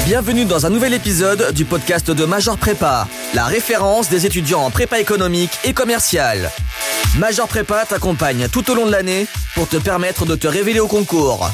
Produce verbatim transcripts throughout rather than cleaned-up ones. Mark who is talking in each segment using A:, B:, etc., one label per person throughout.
A: Bienvenue dans un nouvel épisode du podcast de Major Prépa, la référence des étudiants en prépa économique et commerciale. Major Prépa t'accompagne tout au long de l'année pour te permettre de te révéler au concours.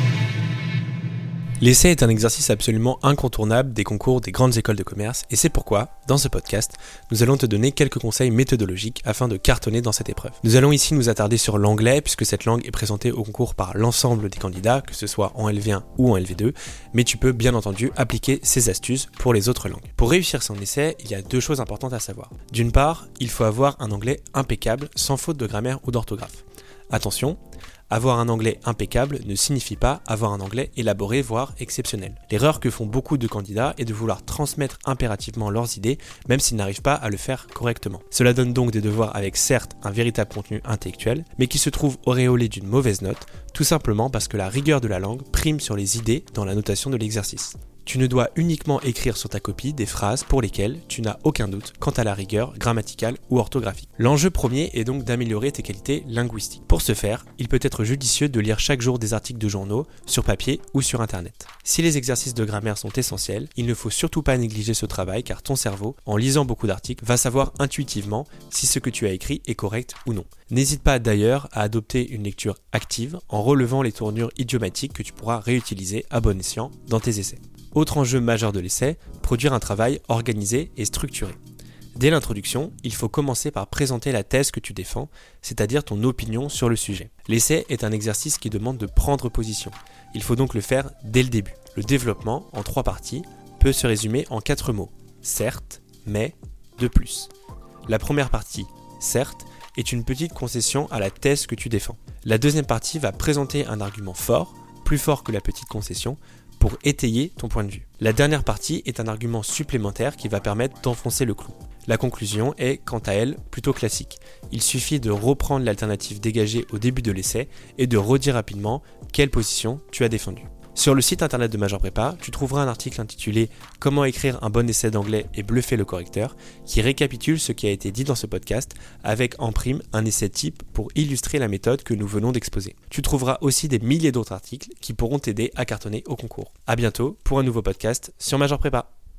B: L'essai est un exercice absolument incontournable des concours des grandes écoles de commerce et c'est pourquoi, dans ce podcast, nous allons te donner quelques conseils méthodologiques afin de cartonner dans cette épreuve. Nous allons ici nous attarder sur l'anglais puisque cette langue est présentée au concours par l'ensemble des candidats, que ce soit en L V un ou en L V deux, mais tu peux bien entendu appliquer ces astuces pour les autres langues. Pour réussir son essai, il y a deux choses importantes à savoir. D'une part, il faut avoir un anglais impeccable, sans faute de grammaire ou d'orthographe. Attention, avoir un anglais impeccable ne signifie pas avoir un anglais élaboré, voire exceptionnel. L'erreur que font beaucoup de candidats est de vouloir transmettre impérativement leurs idées, même s'ils n'arrivent pas à le faire correctement. Cela donne donc des devoirs avec certes un véritable contenu intellectuel, mais qui se trouve auréolé d'une mauvaise note, tout simplement parce que la rigueur de la langue prime sur les idées dans la notation de l'exercice. Tu ne dois uniquement écrire sur ta copie des phrases pour lesquelles tu n'as aucun doute quant à la rigueur grammaticale ou orthographique. L'enjeu premier est donc d'améliorer tes qualités linguistiques. Pour ce faire, il peut être judicieux de lire chaque jour des articles de journaux, sur papier ou sur internet. Si les exercices de grammaire sont essentiels, il ne faut surtout pas négliger ce travail car ton cerveau, en lisant beaucoup d'articles, va savoir intuitivement si ce que tu as écrit est correct ou non. N'hésite pas d'ailleurs à adopter une lecture active en relevant les tournures idiomatiques que tu pourras réutiliser à bon escient dans tes essais. Autre enjeu majeur de l'essai, produire un travail organisé et structuré. Dès l'introduction, il faut commencer par présenter la thèse que tu défends, c'est-à-dire ton opinion sur le sujet. L'essai est un exercice qui demande de prendre position. Il faut donc le faire dès le début. Le développement, en trois parties, peut se résumer en quatre mots. Certes, mais, de plus. La première partie, certes, est une petite concession à la thèse que tu défends. La deuxième partie va présenter un argument fort, plus fort que la petite concession, pour étayer ton point de vue. La dernière partie est un argument supplémentaire qui va permettre d'enfoncer le clou. La conclusion est, quant à elle, plutôt classique. Il suffit de reprendre l'alternative dégagée au début de l'essai et de redire rapidement quelle position tu as défendue. Sur le site internet de Major Prépa, tu trouveras un article intitulé « Comment écrire un bon essai d'anglais et bluffer le correcteur » qui récapitule ce qui a été dit dans ce podcast avec en prime un essai type pour illustrer la méthode que nous venons d'exposer. Tu trouveras aussi des milliers d'autres articles qui pourront t'aider à cartonner au concours. À bientôt pour un nouveau podcast sur Major Prépa.